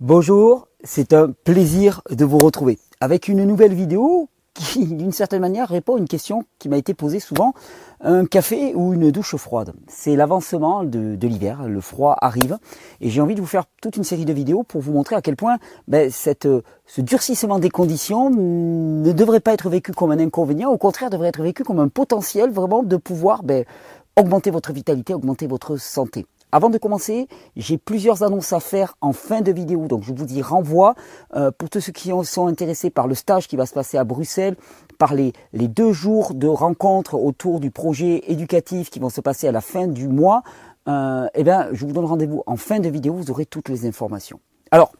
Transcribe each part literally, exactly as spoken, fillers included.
Bonjour, c'est un plaisir de vous retrouver avec une nouvelle vidéo qui, d'une certaine manière, répond à une question qui m'a été posée souvent. Un café ou une douche froide? C'est l'avancement de, de l'hiver, le froid arrive et j'ai envie de vous faire toute une série de vidéos pour vous montrer à quel point ben, cette, ce durcissement des conditions ne devrait pas être vécu comme un inconvénient, au contraire devrait être vécu comme un potentiel vraiment de pouvoir ben, augmenter votre vitalité, augmenter votre santé. Avant de commencer, j'ai plusieurs annonces à faire en fin de vidéo, donc je vous y renvoie euh, pour tous ceux qui sont intéressés par le stage qui va se passer à Bruxelles, par les, les deux jours de rencontres autour du projet éducatif qui vont se passer à la fin du mois. Euh, eh bien, je vous donne rendez-vous en fin de vidéo, vous aurez toutes les informations. Alors,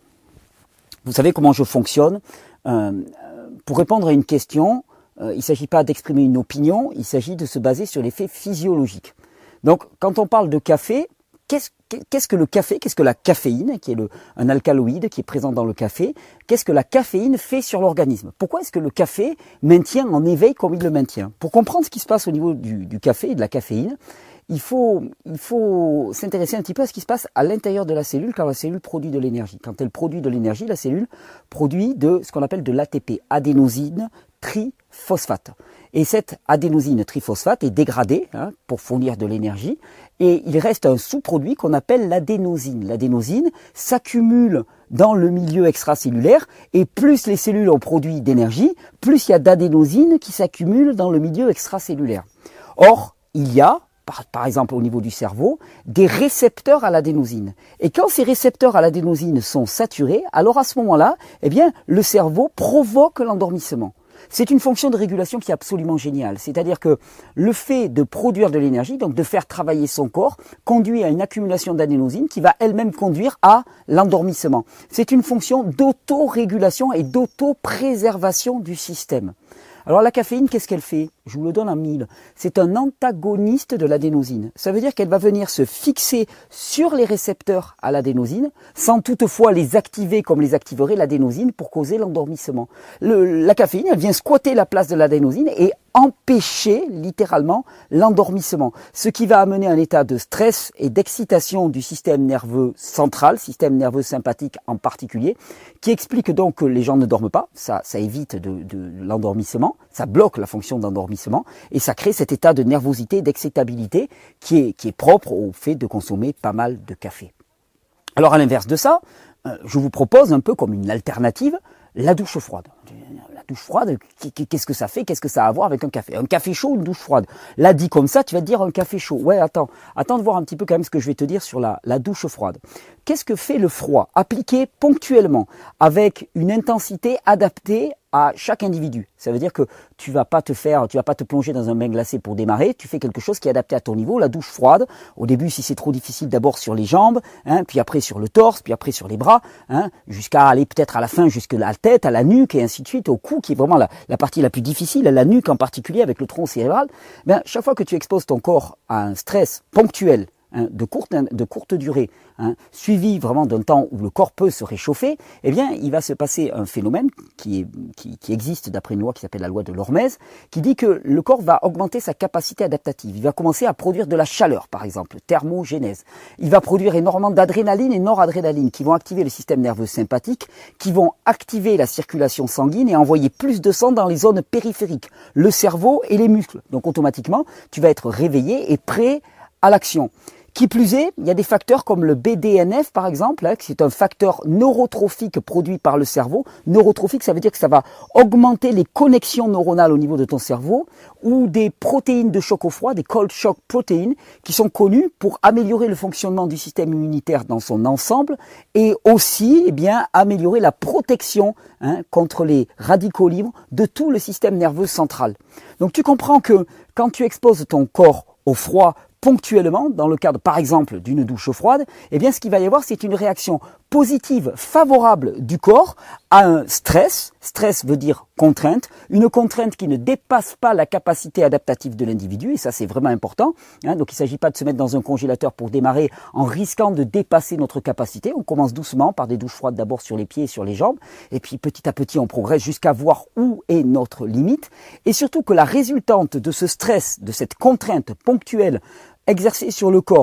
vous savez comment je fonctionne. Euh, pour répondre à une question, euh, il ne s'agit pas d'exprimer une opinion, il s'agit de se baser sur les faits physiologiques. Donc, quand on parle de café, Qu'est-ce, qu'est-ce que le café, qu'est-ce que la caféine, qui est le, un alcaloïde qui est présent dans le café, qu'est-ce que la caféine fait sur l'organisme? Pourquoi est-ce que le café maintient en éveil comme il le maintient? Pour comprendre ce qui se passe au niveau du, du café et de la caféine, il faut, il faut s'intéresser un petit peu à ce qui se passe à l'intérieur de la cellule quand la cellule produit de l'énergie. Quand elle produit de l'énergie, la cellule produit de ce qu'on appelle de l'A T P, adénosine triphosphate. Et cette adénosine triphosphate est dégradée hein, pour fournir de l'énergie et il reste un sous-produit qu'on appelle l'adénosine. L'adénosine s'accumule dans le milieu extracellulaire et plus les cellules ont produit d'énergie, plus il y a d'adénosine qui s'accumule dans le milieu extracellulaire. Or, il y a, par, par exemple au niveau du cerveau, des récepteurs à l'adénosine. Et quand ces récepteurs à l'adénosine sont saturés, alors à ce moment-là, eh bien, le cerveau provoque l'endormissement. C'est une fonction de régulation qui est absolument géniale. C'est-à-dire que le fait de produire de l'énergie, donc de faire travailler son corps, conduit à une accumulation d'adénosine qui va elle-même conduire à l'endormissement. C'est une fonction d'autorégulation et d'autopréservation du système. Alors la caféine, qu'est-ce qu'elle fait? Je vous le donne en mille. C'est un antagoniste de l'adénosine. Ça veut dire qu'elle va venir se fixer sur les récepteurs à l'adénosine, sans toutefois les activer comme les activerait l'adénosine pour causer l'endormissement. Le, la caféine, elle vient squatter la place de l'adénosine et empêcher littéralement l'endormissement. Ce qui va amener un état de stress et d'excitation du système nerveux central, système nerveux sympathique en particulier, qui explique donc que les gens ne dorment pas. Ça, ça évite de, de l'endormissement, ça bloque la fonction d'endormissement et ça crée cet état de nervosité, d'excitabilité qui est, qui est propre au fait de consommer pas mal de café. Alors à l'inverse de ça, euh, je vous propose un peu comme une alternative la douche froide. La douche froide, qu'est-ce que ça fait? Qu'est-ce que ça a à voir avec un café? Un café chaud ou une douche froide? Là, dit comme ça, tu vas te dire un café chaud. Ouais, attends, attends de voir un petit peu quand même ce que je vais te dire sur la, la douche froide. Qu'est-ce que fait le froid? Appliqué ponctuellement, avec une intensité adaptée à chaque individu. Ça veut dire que tu vas pas te faire, tu vas pas te plonger dans un bain glacé pour démarrer, tu fais quelque chose qui est adapté à ton niveau. La douche froide, au début, si c'est trop difficile, d'abord sur les jambes, hein, puis après sur le torse, puis après sur les bras, hein, jusqu'à aller peut-être à la fin, jusqu'à la tête, à la nuque et ainsi de suite, au cou, qui est vraiment la, la partie la plus difficile, à la nuque en particulier avec le tronc cérébral. Ben, chaque fois que tu exposes ton corps à un stress ponctuel, Hein, de courte, de courte durée, hein, suivi vraiment d'un temps où le corps peut se réchauffer, eh bien, il va se passer un phénomène qui, est, qui, qui existe d'après une loi qui s'appelle la loi de l'Hormèse, qui dit que le corps va augmenter sa capacité adaptative. Il va commencer à produire de la chaleur, par exemple, thermogénèse. Il va produire énormément d'adrénaline et noradrénaline qui vont activer le système nerveux sympathique, qui vont activer la circulation sanguine et envoyer plus de sang dans les zones périphériques, le cerveau et les muscles. Donc, automatiquement, tu vas être réveillé et prêt à l'action. Qui plus est, il y a des facteurs comme le B D N F par exemple, hein, qui est un facteur neurotrophique produit par le cerveau. Neurotrophique, ça veut dire que ça va augmenter les connexions neuronales au niveau de ton cerveau, ou des protéines de choc au froid, des cold shock proteins, qui sont connues pour améliorer le fonctionnement du système immunitaire dans son ensemble, et aussi eh bien, améliorer la protection hein, contre les radicaux libres de tout le système nerveux central. Donc tu comprends que quand tu exposes ton corps au froid, ponctuellement, dans le cadre par exemple d'une douche froide, eh bien ce qu'il va y avoir c'est une réaction positive, favorable du corps à un stress. Stress veut dire contrainte, une contrainte qui ne dépasse pas la capacité adaptative de l'individu, et ça c'est vraiment important. Hein, donc il ne s'agit pas de se mettre dans un congélateur pour démarrer en risquant de dépasser notre capacité. On commence doucement par des douches froides d'abord sur les pieds et sur les jambes, et puis petit à petit on progresse jusqu'à voir où est notre limite, et surtout que la résultante de ce stress, de cette contrainte ponctuelle exercée sur le corps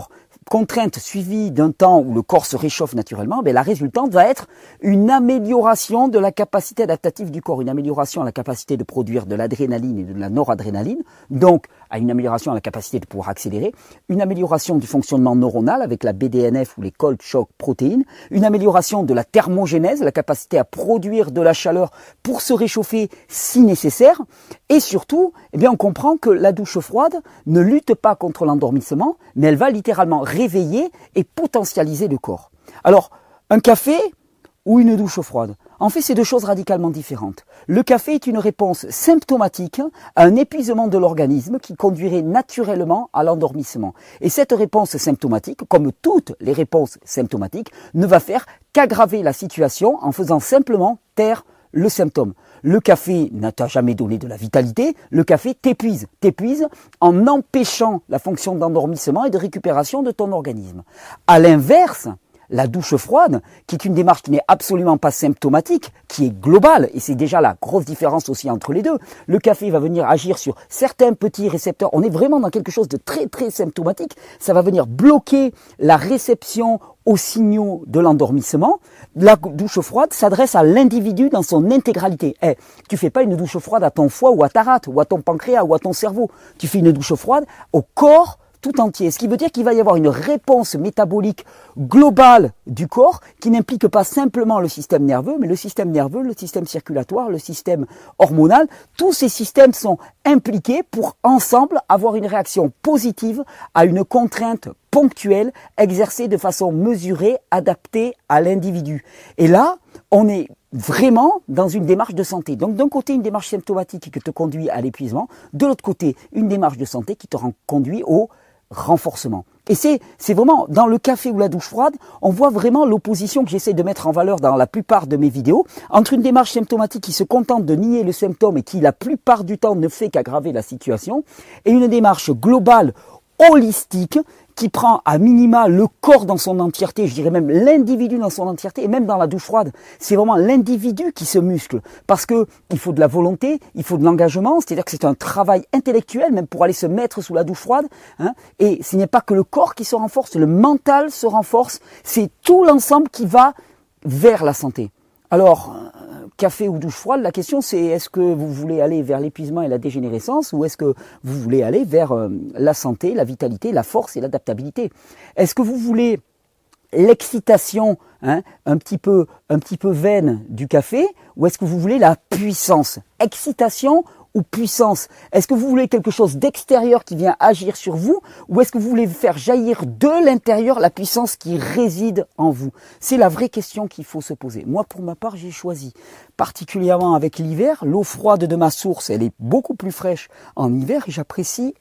contrainte suivie d'un temps où le corps se réchauffe naturellement, ben la résultante va être une amélioration de la capacité adaptative du corps, une amélioration à la capacité de produire de l'adrénaline et de la noradrénaline, donc à une amélioration à la capacité de pouvoir accélérer, une amélioration du fonctionnement neuronal avec la B D N F ou les cold shock protéines, une amélioration de la thermogénèse, la capacité à produire de la chaleur pour se réchauffer si nécessaire, et surtout, eh bien, on comprend que la douche froide ne lutte pas contre l'endormissement, mais elle va littéralement réveiller et potentialiser le corps. Alors, un café ou une douche froide. En fait, c'est deux choses radicalement différentes. Le café est une réponse symptomatique à un épuisement de l'organisme qui conduirait naturellement à l'endormissement. Et cette réponse symptomatique, comme toutes les réponses symptomatiques, ne va faire qu'aggraver la situation en faisant simplement taire le symptôme. Le café n'a jamais donné de la vitalité, le café t'épuise, t'épuise en empêchant la fonction d'endormissement et de récupération de ton organisme. À l'inverse, la douche froide, qui est une démarche qui n'est absolument pas symptomatique, qui est globale, et c'est déjà la grosse différence aussi entre les deux. Le café va venir agir sur certains petits récepteurs. On est vraiment dans quelque chose de très très symptomatique. Ça va venir bloquer la réception aux signaux de l'endormissement. La douche froide s'adresse à l'individu dans son intégralité. Eh, tu fais pas une douche froide à ton foie ou à ta rate, ou à ton pancréas, ou à ton cerveau. Tu fais une douche froide au corps tout entier. Ce qui veut dire qu'il va y avoir une réponse métabolique globale du corps qui n'implique pas simplement le système nerveux, mais le système nerveux, le système circulatoire, le système hormonal. Tous ces systèmes sont impliqués pour ensemble avoir une réaction positive à une contrainte ponctuelle exercée de façon mesurée, adaptée à l'individu. Et là, on est vraiment dans une démarche de santé. Donc d'un côté, une démarche symptomatique qui te conduit à l'épuisement, de l'autre côté, une démarche de santé qui te conduit au renforcement. Et c'est c'est vraiment, dans le café ou la douche froide, on voit vraiment l'opposition que j'essaie de mettre en valeur dans la plupart de mes vidéos, entre une démarche symptomatique qui se contente de nier le symptôme et qui la plupart du temps ne fait qu'aggraver la situation, et une démarche globale, holistique, qui prend à minima le corps dans son entièreté, je dirais même l'individu dans son entièreté, et même dans la douche froide, c'est vraiment l'individu qui se muscle, parce que il faut de la volonté, il faut de l'engagement, c'est-à-dire que c'est un travail intellectuel, même pour aller se mettre sous la douche froide, hein, et ce n'est pas que le corps qui se renforce, le mental se renforce, c'est tout l'ensemble qui va vers la santé. Alors, café ou douche froide, la question c'est est-ce que vous voulez aller vers l'épuisement et la dégénérescence ou est-ce que vous voulez aller vers euh, la santé, la vitalité, la force et l'adaptabilité? Est-ce que vous voulez l'excitation hein, un petit peu un petit peu vaine du café ou est-ce que vous voulez la puissance? Excitation ou puissance? Est-ce que vous voulez quelque chose d'extérieur qui vient agir sur vous ou est-ce que vous voulez faire jaillir de l'intérieur la puissance qui réside en vous? C'est la vraie question qu'il faut se poser. Moi, pour ma part, j'ai choisi, particulièrement avec l'hiver, l'eau froide de ma source, elle est beaucoup plus fraîche en hiver et j'apprécie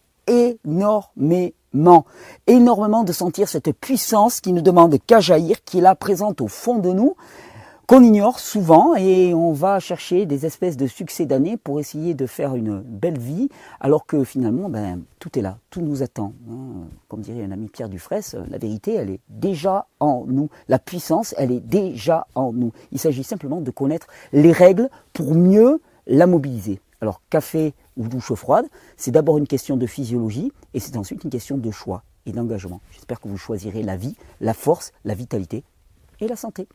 énormément, énormément de sentir cette puissance qui ne demande qu'à jaillir, qui est là présente au fond de nous, qu'on ignore souvent et on va chercher des espèces de succédanés pour essayer de faire une belle vie alors que finalement ben, tout est là, tout nous attend. Comme dirait un ami Pierre Dufresne, la vérité elle est déjà en nous, la puissance elle est déjà en nous. Il s'agit simplement de connaître les règles pour mieux la mobiliser. Alors café ou douche froide, c'est d'abord une question de physiologie et c'est ensuite une question de choix et d'engagement. J'espère que vous choisirez la vie, la force, la vitalité et la santé.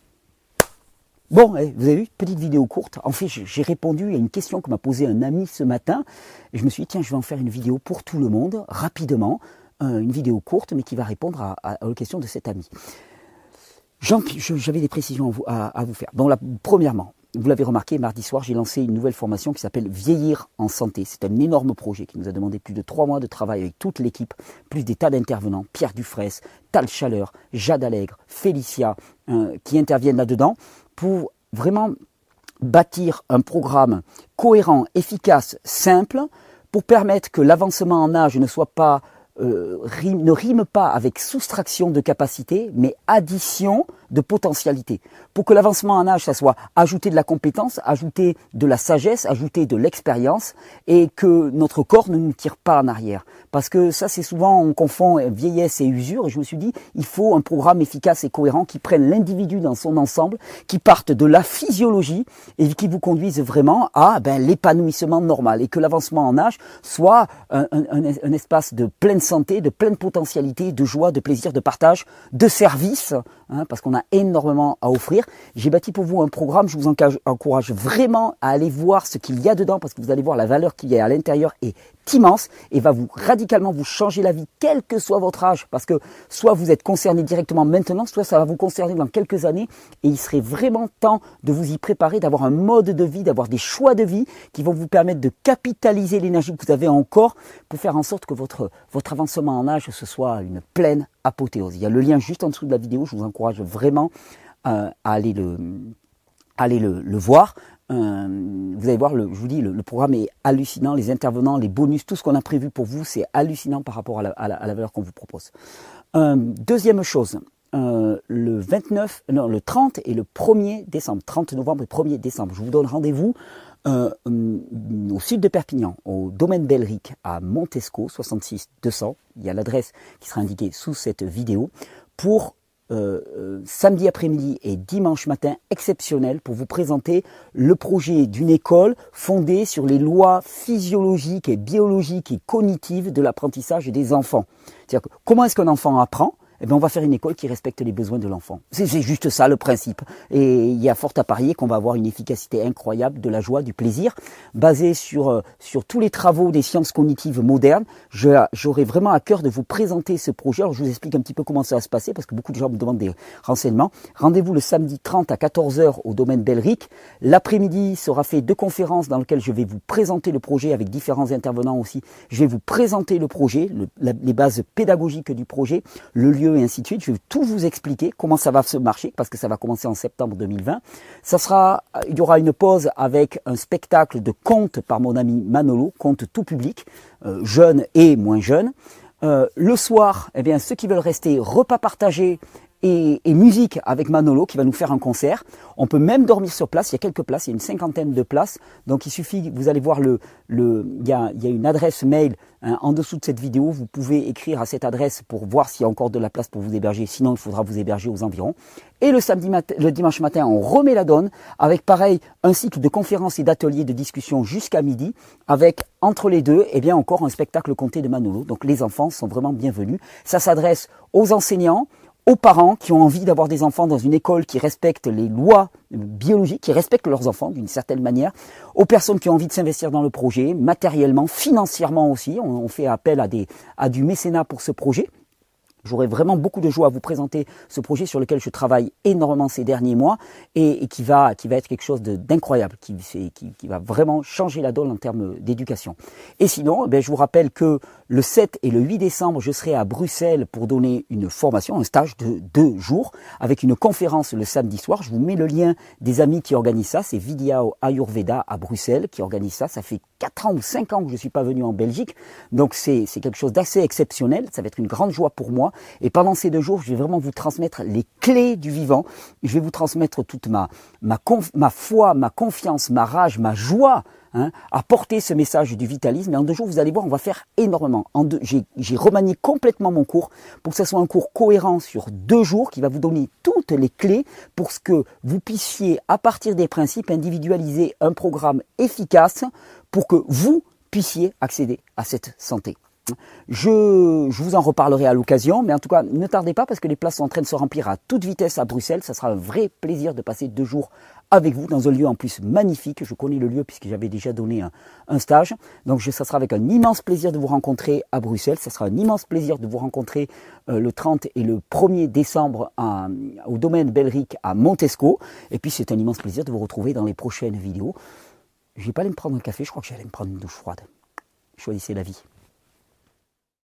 Bon, vous avez vu, petite vidéo courte. En fait, j'ai répondu à une question que m'a posée un ami ce matin. Et je me suis dit, tiens, je vais en faire une vidéo pour tout le monde, rapidement. Euh, une vidéo courte, mais qui va répondre à, à, à la question de cet ami. J'avais des précisions à vous, à, à vous faire. Bon, là, premièrement, vous l'avez remarqué, mardi soir, j'ai lancé une nouvelle formation qui s'appelle Vieillir en santé. C'est un énorme projet qui nous a demandé plus de trois mois de travail avec toute l'équipe, plus des tas d'intervenants, Pierre Dufresne, Tal Chaleur, Jade Allègre, Félicia, euh, qui interviennent là-dedans, pour vraiment bâtir un programme cohérent, efficace, simple, pour permettre que l'avancement en âge ne soit pas, euh, rime, ne rime pas avec soustraction de capacité, mais addition de potentialité. Pour que l'avancement en âge, ça soit ajouter de la compétence, ajouter de la sagesse, ajouter de l'expérience et que notre corps ne nous tire pas en arrière. Parce que ça, c'est souvent, on confond vieillesse et usure. Et je me suis dit, il faut un programme efficace et cohérent qui prenne l'individu dans son ensemble, qui parte de la physiologie et qui vous conduise vraiment à ben, l'épanouissement normal. Et que l'avancement en âge soit un, un, un espace de pleine santé, de pleine potentialité, de joie, de plaisir, de partage, de service, hein, parce qu'on a énormément à offrir. J'ai bâti pour vous un programme, je vous encourage vraiment à aller voir ce qu'il y a dedans, parce que vous allez voir la valeur qu'il y a à l'intérieur est immense et va vous radicalement vous changer la vie, quel que soit votre âge, parce que soit vous êtes concerné directement maintenant, soit ça va vous concerner dans quelques années et il serait vraiment temps de vous y préparer, d'avoir un mode de vie, d'avoir des choix de vie qui vont vous permettre de capitaliser l'énergie que vous avez encore pour faire en sorte que votre, votre avancement en âge ce soit une pleine apothéose. Il y a le lien juste en dessous de la vidéo, je vous encourage vraiment euh, à aller le, à aller le, le voir. Euh, vous allez voir, le, je vous dis, le, le programme est hallucinant, les intervenants, les bonus, tout ce qu'on a prévu pour vous, c'est hallucinant par rapport à la, à la, à la valeur qu'on vous propose. Euh, deuxième chose, euh, le vingt-neuf, non, le trente et le premier décembre, trente novembre et premier décembre, je vous donne rendez-vous euh, au sud de Perpignan, au domaine Belric, à Montesco, soixante-six deux cents. Il y a l'adresse qui sera indiquée sous cette vidéo pour Euh, euh, samedi après-midi et dimanche matin exceptionnel pour vous présenter le projet d'une école fondée sur les lois physiologiques et biologiques et cognitives de l'apprentissage des enfants. C'est-à-dire que comment est-ce qu'un enfant apprend ? Eh bien, on va faire une école qui respecte les besoins de l'enfant. C'est juste ça le principe. Et il y a fort à parier qu'on va avoir une efficacité incroyable, de la joie, du plaisir, basée sur, euh, sur tous les travaux des sciences cognitives modernes. J'aurai vraiment à cœur de vous présenter ce projet. Alors, je vous explique un petit peu comment ça va se passer, parce que beaucoup de gens me demandent des renseignements. Rendez-vous le samedi trente à quatorze heures au domaine Belric. L'après-midi sera fait deux conférences dans lesquelles je vais vous présenter le projet avec différents intervenants aussi. Je vais vous présenter le projet, le, la, les bases pédagogiques du projet, le lieu et ainsi de suite. Je vais tout vous expliquer comment ça va se marcher parce que ça va commencer en septembre deux mille vingt. Ça sera, il y aura une pause avec un spectacle de contes par mon ami Manolo, contes tout public, euh, jeunes et moins jeunes. Euh, le soir, eh bien, ceux qui veulent rester, repas partagés et, et musique avec Manolo qui va nous faire un concert. On peut même dormir sur place, il y a quelques places, il y a une cinquantaine de places. Donc il suffit, vous allez voir, le, le, il, y a, il y a une adresse mail hein, en dessous de cette vidéo. Vous pouvez écrire à cette adresse pour voir s'il y a encore de la place pour vous héberger. Sinon, il faudra vous héberger aux environs. Et le samedi matin, le dimanche matin, on remet la donne avec pareil un cycle de conférences et d'ateliers de discussion jusqu'à midi avec entre les deux, eh bien encore un spectacle compté de Manolo. Donc les enfants sont vraiment bienvenus. Ça s'adresse aux enseignants, aux parents qui ont envie d'avoir des enfants dans une école qui respecte les lois biologiques, qui respecte leurs enfants d'une certaine manière, aux personnes qui ont envie de s'investir dans le projet, matériellement, financièrement aussi. On, on fait appel à, des, à du mécénat pour ce projet. J'aurai vraiment beaucoup de joie à vous présenter ce projet sur lequel je travaille énormément ces derniers mois et, et qui, va, qui va être quelque chose d'incroyable, qui, qui, qui va vraiment changer la donne en termes d'éducation. Et sinon, ben, je vous rappelle que le sept et le huit décembre, je serai à Bruxelles pour donner une formation, un stage de deux jours, avec une conférence le samedi soir. Je vous mets le lien des amis qui organisent ça. C'est Vidyao Ayurveda à Bruxelles qui organise ça. Ça fait quatre ans ou cinq ans que je ne suis pas venu en Belgique. Donc c'est quelque chose d'assez exceptionnel. Ça va être une grande joie pour moi. Et pendant ces deux jours, je vais vraiment vous transmettre les clés du vivant. Je vais vous transmettre toute ma, ma, conf, ma foi, ma confiance, ma rage, ma joie hein, à porter ce message du vitalisme. Et en deux jours, vous allez voir, on va faire énormément. J'ai remanié complètement mon cours pour que ce soit un cours cohérent sur deux jours qui va vous donner toutes les clés pour ce que vous puissiez, à partir des principes, individualiser un programme efficace pour que vous puissiez accéder à cette santé. Je, je vous en reparlerai à l'occasion, mais en tout cas, ne tardez pas parce que les places sont en train de se remplir à toute vitesse à Bruxelles. Ça sera un vrai plaisir de passer deux jours avec vous dans un lieu en plus magnifique. Je connais le lieu puisque j'avais déjà donné un, un stage. Donc, je, ça sera avec un immense plaisir de vous rencontrer à Bruxelles. Ça sera un immense plaisir de vous rencontrer euh, le trente et le premier décembre à, au domaine Belric à Montesco. Et puis, c'est un immense plaisir de vous retrouver dans les prochaines vidéos. Je ne vais pas aller me prendre un café, je crois que j'allais me prendre une douche froide. Choisissez la vie.